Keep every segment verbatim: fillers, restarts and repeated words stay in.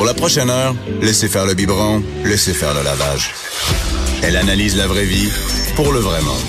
Pour la prochaine heure, laissez faire le biberon, laissez faire le lavage. Elle analyse la vraie vie pour le vrai monde.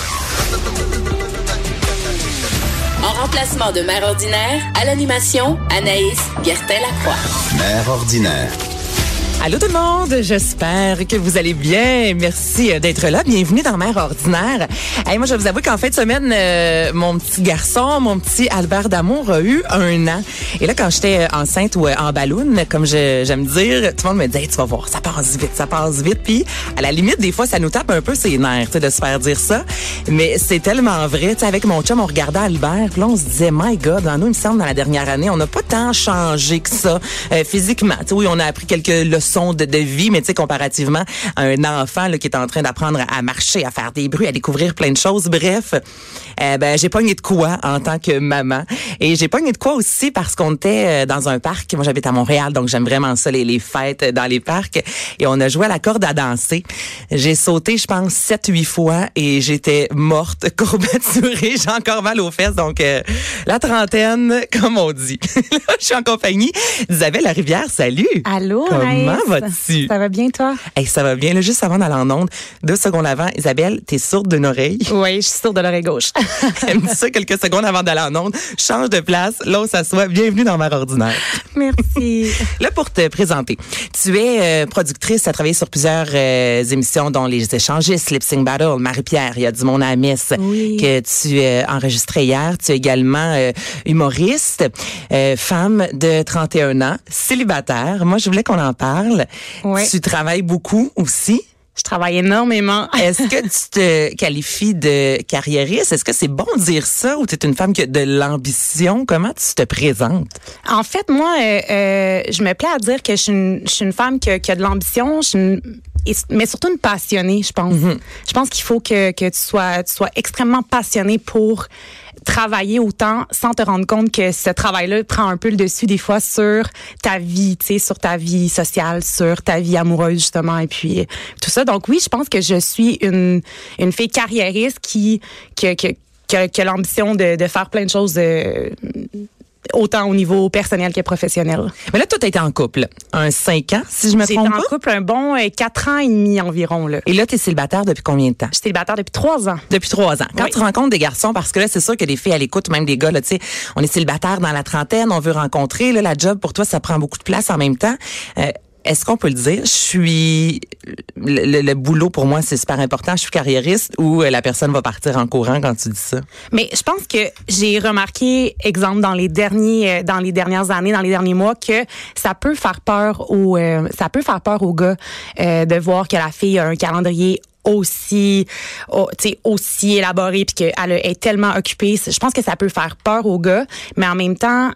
En remplacement de Mère ordinaire, à l'animation, Anaïs Gertin-Lacroix. Mère ordinaire. Allô tout le monde, j'espère que vous allez bien. Merci d'être là. Bienvenue dans Mère ordinaire. Hey, moi, je vous avoue qu'en fin de semaine, euh, mon petit garçon, mon petit Albert d'amour a eu un an. Et là, quand j'étais enceinte ou en balloune, comme je, j'aime dire, tout le monde me disait hey, « tu vas voir, ça passe vite, ça passe vite ». Puis, à la limite, des fois, ça nous tape un peu ses nerfs de se faire dire ça. Mais c'est tellement vrai. T'sais, avec mon chum, on regardait Albert, puis là, on se disait « My God, dans nous, il me semble, dans la dernière année, on n'a pas tant changé que ça euh, physiquement. » T'sais, oui, on a appris quelques leçons De, de vie, mais tu sais, comparativement à un enfant là, qui est en train d'apprendre à, à marcher, à faire des bruits, à découvrir plein de choses. Bref, euh, ben j'ai pogné de quoi en tant que maman. Et j'ai pogné de quoi aussi parce qu'on était dans un parc. Moi, j'habite à Montréal, donc j'aime vraiment ça, les, les fêtes dans les parcs. Et on a joué à la corde à danser. J'ai sauté, je pense, sept, huit fois et j'étais morte, courbaturée. J'ai encore mal aux fesses. Donc, euh, la trentaine, comme on dit. Là, je suis en compagnie d'Isabelle Larivière. Salut! Allô, Comment Anaïs? vas-tu? Ça va bien, toi? Hey, ça va bien. Là, juste avant d'aller en onde, deux secondes avant, Isabelle, t'es sourde d'une oreille. Oui, je suis sourde de l'oreille gauche. Elle me dit ça quelques secondes avant d'aller en onde. Change de place, là où ça soit. Bienvenue dans Mère ordinaire. Merci. Là, pour te présenter, tu es euh, productrice, tu as travaillé sur plusieurs euh, émissions, dont Les Échangistes, Lip Sync Battle, Marie-Pierre, il y a du monde à la messe oui. que tu euh, enregistrais hier. Tu es également euh, humoriste, euh, femme de trente et un ans, célibataire. Moi, je voulais qu'on en parle. Ouais. Tu travailles beaucoup aussi. Je travaille énormément. Est-ce que tu te qualifies de carriériste? Est-ce que c'est bon de dire ça ou tu es une femme qui a de l'ambition? Comment tu te présentes? En fait, moi, euh, euh, je me plais à dire que je suis une, je suis une femme qui a, qui a de l'ambition, je suis une, mais surtout une passionnée, je pense. Mm-hmm. Je pense qu'il faut que, que tu sois, tu sois extrêmement passionnée pour travailler autant sans te rendre compte que ce travail-là prend un peu le dessus des fois sur ta vie, tu sais, sur ta vie sociale, sur ta vie amoureuse justement et puis tout ça. Donc oui, je pense que je suis une une fille carriériste qui qui qui, qui, qui a l'ambition de, de faire plein de choses euh, autant au niveau personnel que professionnel. Mais là, toi, t'as été en couple. Un cinq ans, si je me trompe pas? J'ai été en couple un bon euh, quatre ans et demi environ. Là. Et là, t'es célibataire depuis combien de temps? Je suis célibataire depuis trois ans. Depuis trois ans. Quand oui. tu rencontres des garçons, parce que là, c'est sûr que des filles à l'écoute, même des gars, là, tu sais, on est célibataire dans la trentaine, on veut rencontrer, là, la job, pour toi, ça prend beaucoup de place en même temps. Euh, Est-ce qu'on peut le dire? Je suis... Le, le, le boulot, pour moi, c'est super important. Je suis carriériste ou la personne va partir en courant quand tu dis ça? Mais je pense que j'ai remarqué, exemple, dans les derniers, dans les dernières années, dans les derniers mois, que ça peut faire peur aux, euh, ça peut faire peur aux gars euh, de voir que la fille a un calendrier aussi oh, tu sais aussi élaboré puis qu'elle est tellement occupée. Je pense que ça peut faire peur aux gars, mais en même temps...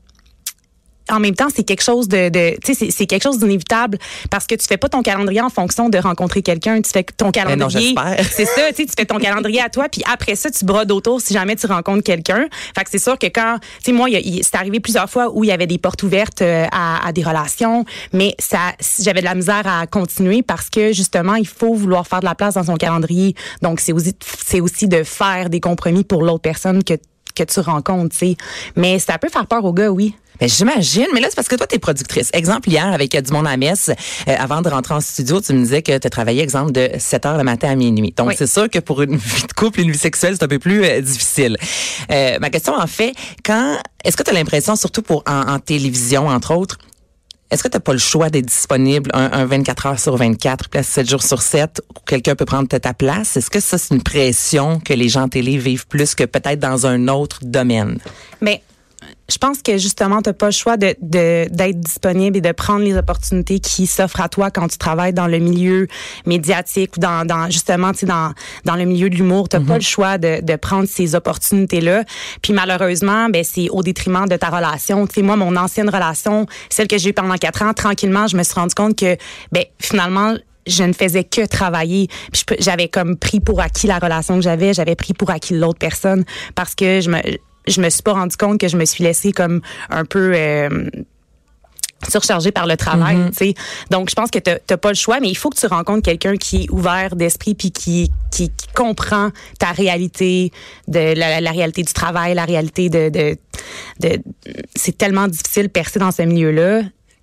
En même temps, c'est quelque chose de, de tu sais, c'est, c'est quelque chose d'inévitable parce que tu fais pas ton calendrier en fonction de rencontrer quelqu'un. Tu fais ton calendrier. Non, c'est ça, tu sais, tu fais ton calendrier à toi, puis après ça, tu brodes autour si jamais tu rencontres quelqu'un. Fait que c'est sûr que quand, tu sais, moi, il, il, c'est arrivé plusieurs fois où il y avait des portes ouvertes à, à des relations, mais ça, j'avais de la misère à continuer parce que justement, il faut vouloir faire de la place dans son calendrier. Donc, c'est aussi, c'est aussi de faire des compromis pour l'autre personne que que tu rencontres, tu sais. Mais ça peut faire peur aux gars, oui. Ben, j'imagine, mais là, c'est parce que toi, t'es productrice. Exemple, hier, avec du monde à messe, euh, avant de rentrer en studio, tu me disais que tu as travaillé, exemple, de sept heures le matin à minuit. Donc, oui. c'est sûr que pour une vie de couple, une vie sexuelle, c'est un peu plus euh, difficile. Euh, ma question, en fait, quand, est-ce que tu as l'impression, surtout pour en, en télévision, entre autres, est-ce que tu n'as pas le choix d'être disponible un, un vingt-quatre heures sur vingt-quatre, place sept jours sur sept, où quelqu'un peut prendre ta place? Est-ce que ça, c'est une pression que les gens en télé vivent plus que peut-être dans un autre domaine? Mais je pense que justement, tu n'as pas le choix de, de, d'être disponible et de prendre les opportunités qui s'offrent à toi quand tu travailles dans le milieu médiatique ou dans, dans justement, tu sais, dans, dans le milieu de l'humour. Tu n'as mm-hmm. pas le choix de, de prendre ces opportunités-là. Puis malheureusement, ben c'est au détriment de ta relation. Tu sais, moi, mon ancienne relation, celle que j'ai eue pendant quatre ans, tranquillement, je me suis rendu compte que, ben finalement, je ne faisais que travailler. Puis je, j'avais comme pris pour acquis la relation que j'avais, j'avais pris pour acquis l'autre personne parce que je me je me suis pas rendu compte que je me suis laissée comme un peu euh, surchargée par le travail, mm-hmm. tu sais. Donc je pense que t'as, t'as pas le choix, mais il faut que tu rencontres quelqu'un qui est ouvert d'esprit puis qui qui, qui comprend ta réalité, de la, la réalité du travail, la réalité de, de de c'est tellement difficile de percer dans ce milieu-là.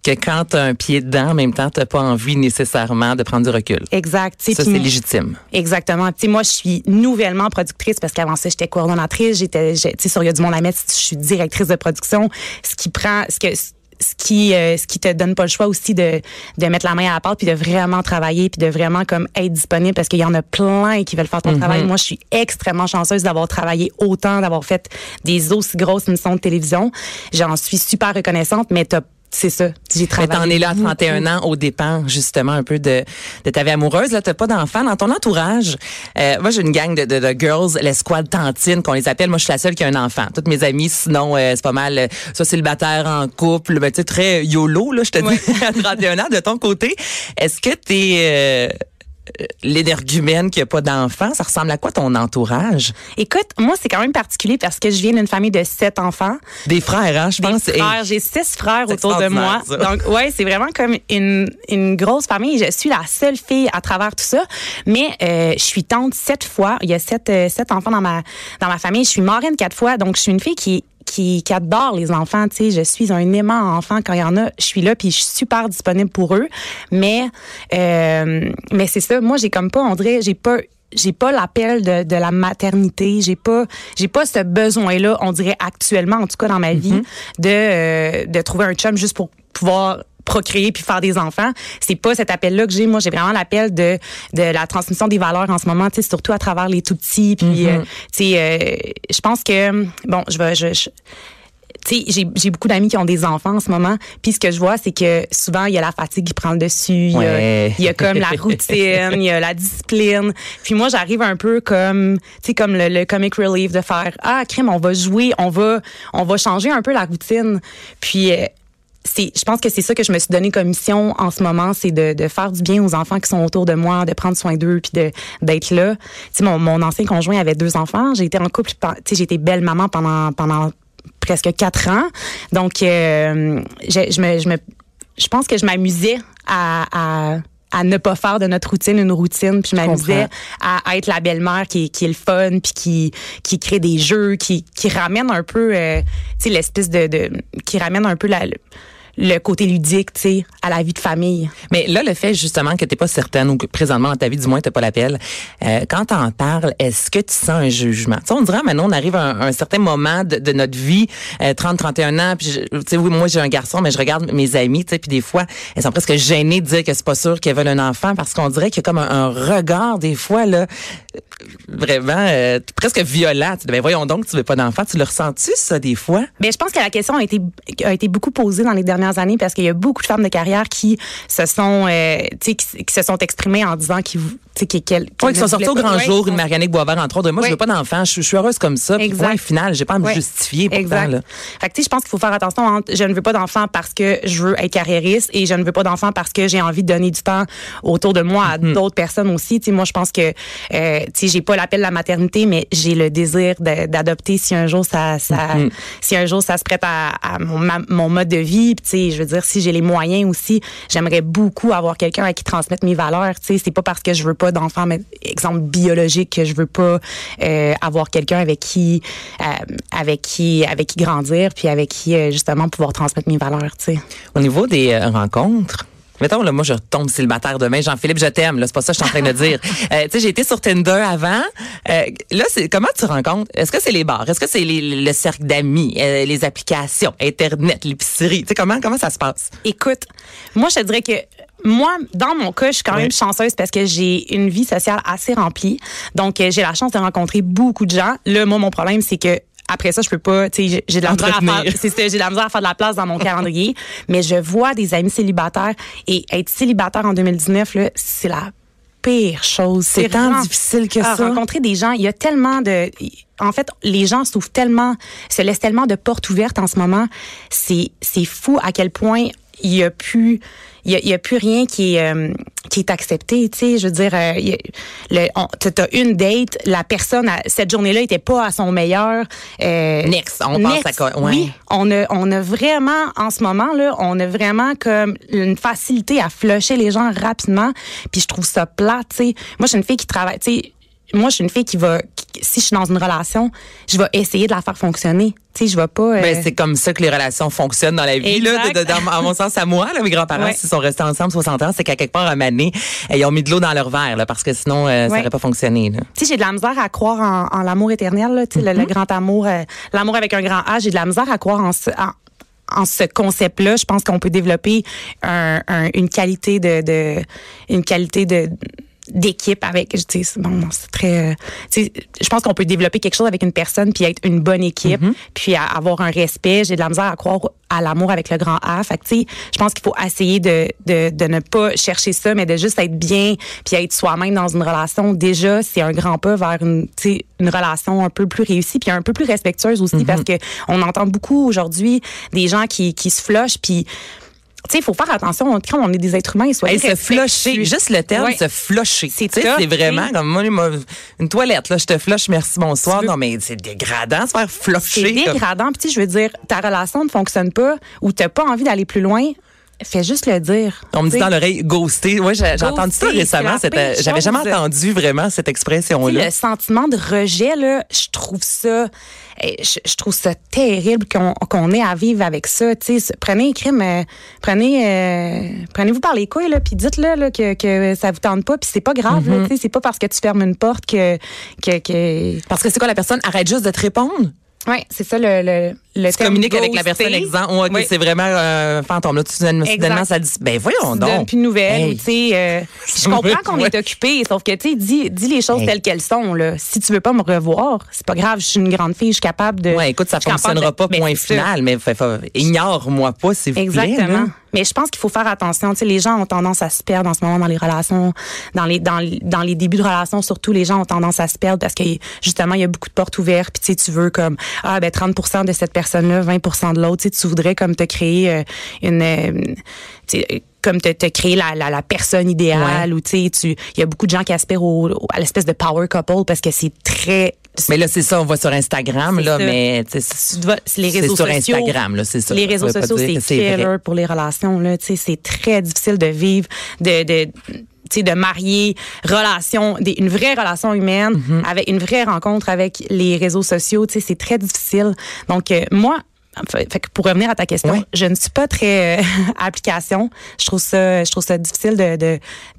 que quand t'as un pied dedans, en même temps, t'as pas envie nécessairement de prendre du recul. Exact. Ça, c'est légitime. Exactement. Tu sais, moi, je suis nouvellement productrice parce qu'avant ça, j'étais coordonnatrice. J'étais, tu sais, sur Il y a du monde à mettre, je suis directrice de production. Ce qui prend, ce que, ce qui, euh, ce qui te donne pas le choix aussi de, de mettre la main à la pâte puis de vraiment travailler puis de vraiment comme être disponible parce qu'il y en a plein qui veulent faire ton mm-hmm. travail. Moi, je suis extrêmement chanceuse d'avoir travaillé autant, d'avoir fait des aussi grosses émissions de télévision. J'en suis super reconnaissante, mais t'as c'est ça. J'ai travaillé. Mais t'en es là à trente et un ans au dépens, justement, un peu de, de ta vie amoureuse. Là, t'as pas d'enfants dans ton entourage. Euh, moi, j'ai une gang de, de, de girls, l'escouade tantine, qu'on les appelle. Moi, je suis la seule qui a un enfant. Toutes mes amies, sinon, euh, c'est pas mal, euh, soit célibataire, en couple, ben, tu sais, très YOLO, là, je te ouais. dis, à trente et un ans. De ton côté, est-ce que t'es... Euh, l'énergumène qui a pas d'enfants, ça ressemble à quoi ton entourage? Écoute, moi, c'est quand même particulier parce que je viens d'une famille de sept enfants. Des frères, hein, je Des pense. frères, et... j'ai six frères autour de moi. Ça. Donc, ouais, c'est vraiment comme une, une grosse famille. Je suis la seule fille à travers tout ça. Mais, euh, je suis tante sept fois. Il y a sept, euh, sept enfants dans ma, dans ma famille. Je suis marraine quatre fois. Donc, je suis une fille qui Qui, qui adore les enfants, tu sais, je suis un aimant enfant quand il y en a, je suis là puis je suis super disponible pour eux, mais euh, mais c'est ça, moi j'ai comme pas, on dirait, j'ai pas j'ai pas l'appel de, de la maternité, j'ai pas j'ai pas ce besoin-là, on dirait actuellement en tout cas dans ma vie mm-hmm. de euh, de trouver un chum juste pour pouvoir procréer puis faire des enfants. C'est pas cet appel-là que j'ai. Moi, j'ai vraiment l'appel de de la transmission des valeurs en ce moment, tu sais, surtout à travers les tout petits. Puis, mm-hmm. euh, tu sais, euh, je pense que bon, je vais, je, je tu sais, j'ai, j'ai beaucoup d'amis qui ont des enfants en ce moment. Puis ce que je vois, c'est que souvent, il y a la fatigue qui prend le dessus. Il y a, ouais. il y a comme la routine, il y a la discipline. Puis moi, j'arrive un peu comme, tu sais, comme le, le comic relief de faire, ah, crème, on va jouer, on va, on va changer un peu la routine. Puis, euh, c'est, je pense que c'est ça que je me suis donné comme mission en ce moment, c'est de, de faire du bien aux enfants qui sont autour de moi, de prendre soin d'eux, puis de d'être là. Tu sais, mon, mon ancien conjoint avait deux enfants. J'ai été en couple, tu sais, j'ai été belle maman pendant pendant presque quatre ans. Donc, euh, je, je me, je me, je pense que je m'amusais à, à à ne pas faire de notre routine une routine, puis je m'amusais à, à être la belle-mère qui, qui est le fun, puis qui qui crée des jeux, qui qui ramène un peu, euh, tu sais, l'espèce de, de qui ramène un peu la le, le côté ludique, tu sais, à la vie de famille. Mais là, le fait justement que t'es pas certaine ou que présentement dans ta vie, du moins, t'as pas l'appel, euh, quand t'en parles, est-ce que tu sens un jugement? Tu sais, on dirait maintenant, on arrive à un, un certain moment de, de notre vie, euh, trente, trente et un ans, puis tu sais, oui, moi j'ai un garçon, mais je regarde mes amis, tu sais, puis des fois, elles sont presque gênées de dire que c'est pas sûr qu'elles veulent un enfant parce qu'on dirait qu'il y a comme un, un regard, des fois, là, vraiment euh, presque violent. Ben voyons donc, tu veux pas d'enfant. Tu l'as ressenti, ça, des fois? Ben, je pense que la question a été, a été beaucoup posée dans les dernières années parce qu'il y a beaucoup de femmes de carrière qui se sont, euh, tu sais, qui, qui se sont exprimées en disant qu'ils, tu sais, qu'elles, qu'elles oui, qui sont sorties au grand ouais, jour, une Marianne Boisvert, entre autres. Moi, oui. je veux pas d'enfant. Je, je suis heureuse comme ça. Puis point final. J'ai pas à me oui. justifier pourtant, exact. Là. Fait que, tu sais, je pense qu'il faut faire attention entre je ne veux pas d'enfant parce que je veux être carriériste et je ne veux pas d'enfant parce que j'ai envie de donner du temps autour de moi à mm-hmm. d'autres personnes aussi. Tu sais, moi, je pense que, euh, tu sais, j'ai pas l'appel de la maternité, mais j'ai le désir de, d'adopter si un jour ça, ça mm-hmm. si un jour ça se prête à, à mon, ma, mon mode de vie. Puis, tu sais, je veux dire, si j'ai les moyens aussi, j'aimerais beaucoup avoir quelqu'un à qui transmettre mes valeurs. Tu sais, c'est pas parce que je veux pas d'enfant, mais exemple biologique, que je veux pas euh, avoir quelqu'un avec qui, euh, avec qui, avec qui grandir, puis avec qui euh, justement pouvoir transmettre mes valeurs. Tu sais. Au niveau des euh, rencontres. Mettons, là, moi, je retombe célibataire demain. Jean-Philippe, je t'aime. Là, c'est pas ça que je suis en train de dire. Euh, tu sais, j'ai été sur Tinder avant. Euh, là, c'est comment tu rencontres? Est-ce que c'est les bars? Est-ce que c'est les, le cercle d'amis, euh, les applications, Internet, l'épicerie? Tu sais, comment, comment ça se passe? Écoute, moi, je te dirais que moi, dans mon cas, je suis quand oui. même chanceuse parce que j'ai une vie sociale assez remplie. Donc, euh, j'ai la chance de rencontrer beaucoup de gens. Là, moi, mon problème, c'est que après ça, je peux pas, tu sais, j'ai de la misère à faire, c'est ça, j'ai de la misère à faire de la place dans mon calendrier, mais je vois des amis célibataires et être célibataire en deux mille dix-neuf, là, c'est la pire chose. C'est, c'est tant difficile que ça. Rencontrer des gens, il y a tellement de, en fait, les gens s'ouvrent tellement, se laissent tellement de portes ouvertes en ce moment. C'est, c'est fou à quel point il y a plus, il y a, il y a plus rien qui est, euh, qui est accepté, tu sais, je veux dire, euh, il y a, le, on, t'as une date, la personne, à, cette journée-là, était pas à son meilleur. Euh, next, on next, pense à quoi? Ouais. Oui, on a, on a vraiment, en ce moment, là, on a vraiment comme une facilité à flusher les gens rapidement, puis je trouve ça plat, tu sais. Moi, je suis une fille qui travaille, tu sais, moi, je suis une fille qui va, qui, si je suis dans une relation, je vais essayer de la faire fonctionner. Tu sais, je vais pas. Euh... Ben, c'est comme ça que les relations fonctionnent dans la vie, là. De, de, dans, à mon sens, à moi, là, mes grands-parents, ouais. s'ils sont restés ensemble soixante ans, c'est qu'à quelque part, à un moment donné, ils ont mis de l'eau dans leur verre, là, parce que sinon, euh, ouais. ça n'aurait pas fonctionné, là. Tu sais, j'ai de la misère à croire en, en l'amour éternel, là. Tu sais, mm-hmm. le, le grand amour, euh, l'amour avec un grand A. J'ai de la misère à croire en ce, en, en ce concept-là. Je pense qu'on peut développer un, un, une qualité de, de, une qualité de, d'équipe avec, tu sais, bon, c'est très, tu sais, je pense qu'on peut développer quelque chose avec une personne puis être une bonne équipe, mm-hmm. puis à, avoir un respect. J'ai de la misère à croire à l'amour avec le grand A. Fait que, tu sais, je pense qu'il faut essayer de, de, de ne pas chercher ça, mais de juste être bien puis être soi-même dans une relation. Déjà, c'est un grand pas vers une, tu sais, une relation un peu plus réussie puis un peu plus respectueuse aussi, mm-hmm. parce que on entend beaucoup aujourd'hui des gens qui, qui se flushent puis tu sais, il faut faire attention quand on est des êtres humains. Soyez se flusher, juste le terme, ouais. se flusher. C'est, c'est vraiment comme moi, une toilette, là, je te flush, merci, bonsoir. Non, mais c'est dégradant, se faire flusher. C'est dégradant. Puis, je veux dire, ta relation ne fonctionne pas ou tu n'as pas envie d'aller plus loin. Fais juste le dire. On me dit dans l'oreille ghoster. Ouais, j'ai, j'ai entendu ça récemment. Cette, j'avais jamais entendu vraiment cette expression-là. Le sentiment de rejet, là, je trouve ça, je, je trouve ça terrible qu'on, qu'on ait à vivre avec ça. Tu sais, prenez crime, euh, prenez, euh, prenez-vous par les couilles là, puis dites-le là que, que ça vous tente pas, puis c'est pas grave. Mm-hmm. Là, tu sais, c'est pas parce que tu fermes une porte que, que, que... Parce que c'est quoi la personne arrête juste de te répondre. Oui, c'est ça le le le tu communiques avec la personne exemple. Ouais, oui. C'est vraiment un euh, fantôme là. Tu soudainement ça dit ben voyons tu donc. Donnes plus de nouvelles. Hey. Tu sais, euh, je comprends qu'on ouais. est occupé, sauf que tu sais, dis dis les choses hey. telles qu'elles sont là. Si tu veux pas me revoir, c'est pas grave. Je suis une grande fille, je suis capable de. Ouais, écoute, ça fonctionnera de, pas. Point final, mais fait, fait, ignore-moi pas s'il vous plaît. Exactement. Là. Mais je pense qu'il faut faire attention. Tu sais, les gens ont tendance à se perdre en ce moment dans les relations, dans les dans dans les débuts de relations surtout. Les gens ont tendance à se perdre parce que justement il y a beaucoup de portes ouvertes. Puis tu sais, tu veux comme ah ben trente pour cent de cette personne-là, vingt pour cent de l'autre. Tu sais, tu voudrais comme te créer euh, une, euh, tu sais, comme te, te créer la, la, la personne idéale. Ouais. Ou tu sais, tu il y a beaucoup de gens qui aspirent au, au, à l'espèce de power couple parce que c'est très mais là, c'est ça, on va sur Instagram, là, ça. mais tu dois, c'est les réseaux c'est sociaux. sur Instagram, là, c'est ça. Les réseaux sociaux, c'est killer pour les relations, là, tu sais, c'est très difficile de vivre, de, de, tu sais, de marier relation, des, une vraie relation humaine mm-hmm. avec une vraie rencontre avec les réseaux sociaux, tu sais, c'est très difficile. Donc, euh, moi, fait que pour revenir à ta question, ouais. je ne suis pas très euh, application. Je trouve ça, je trouve ça difficile de de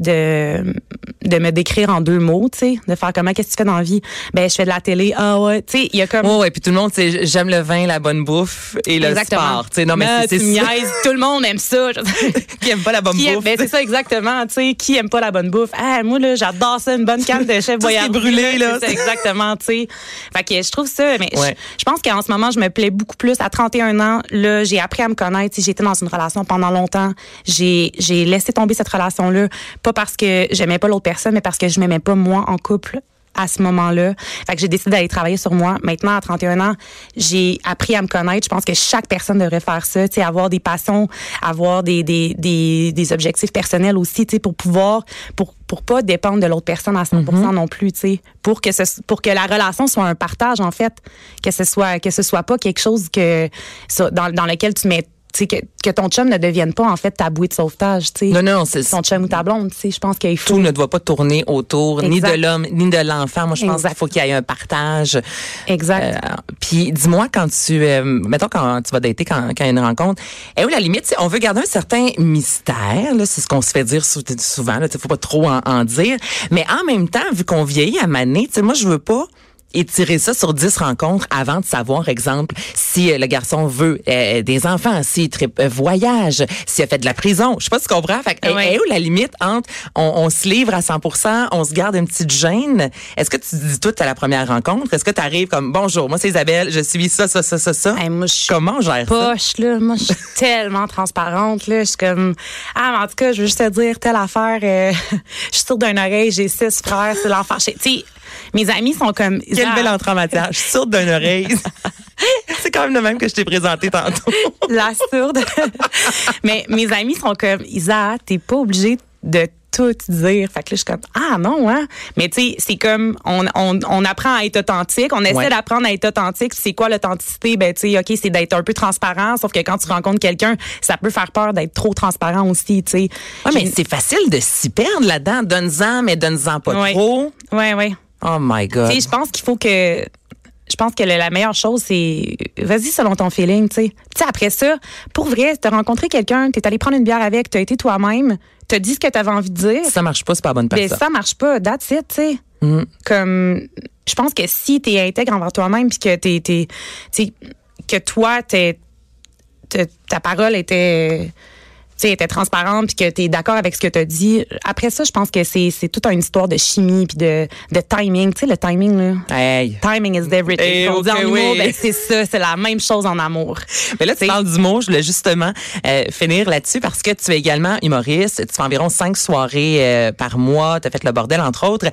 de, de me décrire en deux mots, tu sais, de faire comment qu'est-ce que tu fais dans la vie. Ben je fais de la télé. Ah ouais, tu sais, il y a comme. Oh ouais, puis tout le monde, c'est j'aime le vin, la bonne bouffe et le exactement. Sport. Tu sais, non mais ah, c'est, c'est ça. Tout le monde aime ça. Qui aime pas la bonne qui bouffe. Ben c'est ça exactement. Tu sais, qui aime pas la bonne bouffe. Ah moi là, j'adore ça, une bonne canne de chef voyage brûlé là. C'est exactement, tu sais. Fait que je trouve ça. Mais ouais. je, je pense qu'en ce moment, je me plais beaucoup plus à trente et un ans. Là, j'ai appris à me connaître. J'étais dans une relation pendant longtemps. J'ai, j'ai laissé tomber cette relation-là, pas parce que j'aimais pas l'autre personne, mais parce que je m'aimais pas moi en couple à ce moment-là. Fait que j'ai décidé d'aller travailler sur moi. Maintenant, à trente et un ans, j'ai appris à me connaître. Je pense que chaque personne devrait faire ça, tu sais, avoir des passions, avoir des des des, des objectifs personnels aussi, tu sais, pour pouvoir pour pour pas dépendre de l'autre personne à cent pour cent mm-hmm. non plus, tu sais, pour que ce, pour que la relation soit un partage en fait, que ce soit que ce soit pas quelque chose que dans dans lequel tu mets Que, que ton chum ne devienne pas, en fait, ta bouée de sauvetage, tu sais. Non, non, c'est ton chum ou ta blonde, tu sais. Je pense qu'il faut. Tout ne doit pas tourner autour exact. Ni de l'homme, ni de l'enfant. Moi, je pense exact. Qu'il faut qu'il y ait un partage. Exact. Euh, puis, dis-moi, quand tu, euh, mettons, quand tu vas dater, quand, quand il y a une rencontre, et où la limite, on veut garder un certain mystère, là, c'est ce qu'on se fait dire souvent, là, tu sais, faut pas trop en, en dire. Mais en même temps, vu qu'on vieillit à maner, tu sais, moi, je veux pas étirer ça sur dix rencontres avant de savoir, exemple, si euh, le garçon veut euh, des enfants, s'il trip, euh, voyage, s'il a fait de la prison. Je sais pas si tu comprends. Fait que, ouais. est où la limite entre on, on se livre à cent pour cent, on se garde une petite gêne? Est-ce que tu dis tout à la première rencontre? Est-ce que tu arrives comme, bonjour, moi c'est Isabelle, je suis ça, ça, ça, ça, ça? Hey, moi, je Comment gère poche, ça? Là. Moi, je suis tellement transparente. Là. Je suis comme, ah, mais en tout cas, je veux juste te dire, telle affaire, euh, je suis sûre d'une oreille, j'ai six frères, c'est l'enfant. Tu sais, mes amis sont comme... Quelle belle entrée en matière. Je suis sourde d'une oreille. C'est quand même le même que je t'ai présenté tantôt. La sourde. Mais mes amis sont comme, Isa, t'es pas obligée de tout dire. Fait que là, je suis comme, ah non, hein? Mais tu sais, c'est comme, on, on, on apprend à être authentique. On essaie ouais. d'apprendre à être authentique. C'est quoi l'authenticité? Ben, tu sais, OK, c'est d'être un peu transparent. Sauf que quand tu rencontres quelqu'un, ça peut faire peur d'être trop transparent aussi, tu sais. Ouais, mais c'est facile de s'y perdre là-dedans. Donne-en, mais donne-en pas ouais. trop. Oui, oui. Oh my God. Tu sais, je pense qu'il faut que... Je pense que la meilleure chose, c'est vas-y selon ton feeling, tu sais. Tu sais, après ça, pour vrai, t'as rencontré quelqu'un, t'es allé prendre une bière avec, t'as été toi-même, t'as dit ce que t'avais envie de dire. Si ça marche pas, c'est pas la bonne personne. Ben, ça marche pas, that's it, tu sais. Mm. Comme, je pense que si t'es intègre envers toi-même puis que t'es, t'es, tu sais, que toi, t'es, t'es, ta parole était... tu sais, était transparente puis que tu es d'accord avec ce que tu as dit. Après ça, je pense que c'est c'est toute une histoire de chimie puis de de timing, tu sais le timing là. Hey. Timing is everything. Hey, On dit okay, en oui. humour, ben c'est ça, c'est la même chose en amour. Mais là, tu T'sais, parles d'humour. Je voulais justement euh, finir là-dessus parce que tu es également humoriste. Tu fais environ cinq soirées euh, par mois. Tu as fait le bordel, entre autres.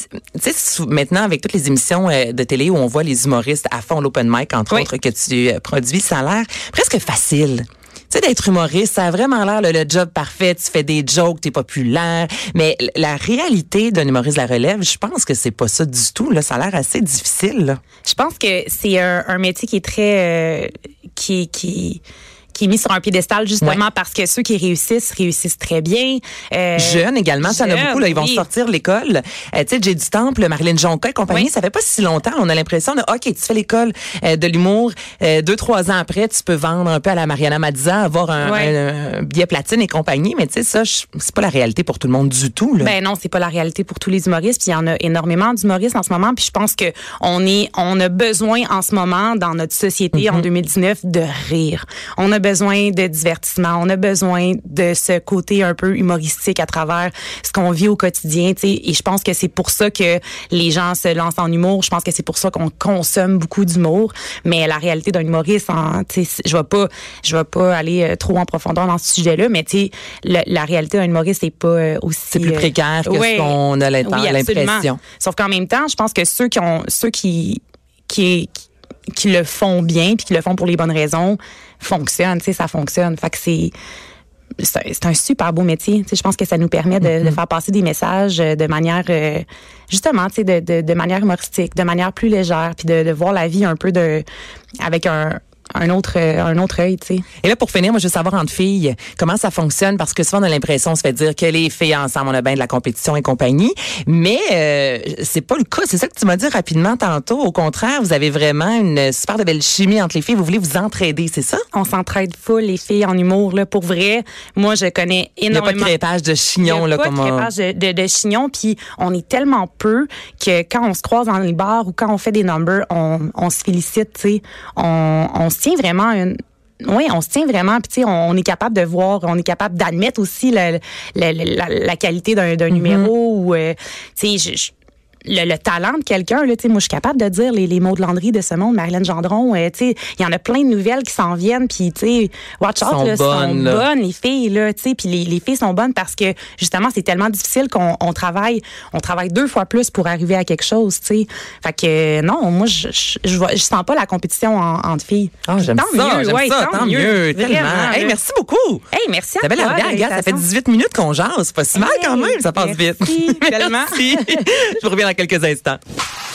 Tu sais, maintenant, avec toutes les émissions euh, de télé où on voit les humoristes à fond l'open mic, entre oui. autres, que tu euh, produis, ça a l'air presque facile. Tu sais, d'être humoriste, ça a vraiment l'air le, le job parfait. Tu fais des jokes, t'es populaire. Mais la réalité d'un humoriste de la relève, je pense que c'est pas ça du tout. Là, ça a l'air assez difficile. Là. Je pense que c'est un, un métier qui est très... Euh, qui qui qui est mis sur un piédestal justement ouais. parce que ceux qui réussissent, réussissent très bien. Euh, jeunes également, ça en a beaucoup. Là, ils vont oui. sortir de l'école. Euh, tu sais, Jay du Temple, Marilyn Jonca et compagnie, oui. ça fait pas si longtemps. On a l'impression de, OK, tu fais l'école euh, de l'humour. Euh, deux, trois ans après, tu peux vendre un peu à la Mariana Mazza, avoir un, ouais. un, un billet platine et compagnie. Mais tu sais, ça, je, c'est pas la réalité pour tout le monde du tout. Là. Ben non, c'est pas la réalité pour tous les humoristes. Puis il y en a énormément d'humoristes en ce moment. Puis je pense que on est, on a besoin en ce moment dans notre société mm-hmm. en deux mille dix-neuf de rire. On a besoin de divertissement. On a besoin de ce côté un peu humoristique à travers ce qu'on vit au quotidien. T'sais. Et je pense que c'est pour ça que les gens se lancent en humour. Je pense que c'est pour ça qu'on consomme beaucoup d'humour. Mais la réalité d'un humoriste, hein, je vais pas, je vais pas aller trop en profondeur dans ce sujet-là. Mais tu sais, la, la réalité d'un humoriste c'est pas aussi. C'est plus précaire que ouais, ce qu'on a oui, l'impression. Sauf qu'en même temps, je pense que ceux qui ont, ceux qui, qui, qui qui le font bien puis qui le font pour les bonnes raisons fonctionne, tu sais, ça fonctionne. Fait que c'est c'est un, c'est un super beau métier. Tu sais, je pense que ça nous permet de, mm-hmm. de faire passer des messages de manière euh, justement, tu sais, de, de, de manière humoristique, de manière plus légère, puis de, de voir la vie un peu de avec un un autre un autre œil, tu sais. Et là, pour finir, moi, je veux savoir entre filles, comment ça fonctionne, parce que souvent, on a l'impression, on se fait dire que les filles ensemble, on a bien de la compétition et compagnie, mais euh, c'est pas le cas. C'est ça que tu m'as dit rapidement tantôt. Au contraire, vous avez vraiment une super de belle chimie entre les filles. Vous voulez vous entraider, c'est ça? On s'entraide full, les filles, en humour, là, pour vrai. Moi, je connais énormément. Il n'y a pas de crépage de chignon, là, comme Il n'y a pas de crépage de, de, de chignon, puis on est tellement peu que quand on se croise dans les bars ou quand on fait des numbers, on, on se félicite, tu sais. On, on se tient vraiment une oui, on se tient vraiment, puis tu sais, on, on est capable de voir, on est capable d'admettre aussi la, la, la, la qualité d'un, d'un mm-hmm. numéro ou, euh, tu sais, je, Le, le talent de quelqu'un, là, tu sais, moi, je suis capable de dire les, les mots de Landry de ce monde, Marilyn Gendron, euh, tu sais, il y en a plein de nouvelles qui s'en viennent, puis, tu sais, watch out, là, sont là. bonnes, les filles, là, tu sais, puis les, les filles sont bonnes parce que, justement, c'est tellement difficile qu'on on travaille, on travaille deux fois plus pour arriver à quelque chose, tu sais. Fait que, non, moi, je, je, je, je sens pas la compétition en, entre filles. Ah, oh, j'aime tant ça, mieux, j'aime ouais, ça, tant, tant mieux, mieux tellement. Hey, merci beaucoup. Hey, merci à Isabelle toi. Laurière, regarde, ça fait dix-huit minutes qu'on jase, c'est pas si mal hey, quand même, ça passe merci, vite. Tellement. Merci. Je vous reviens dans quelques instants.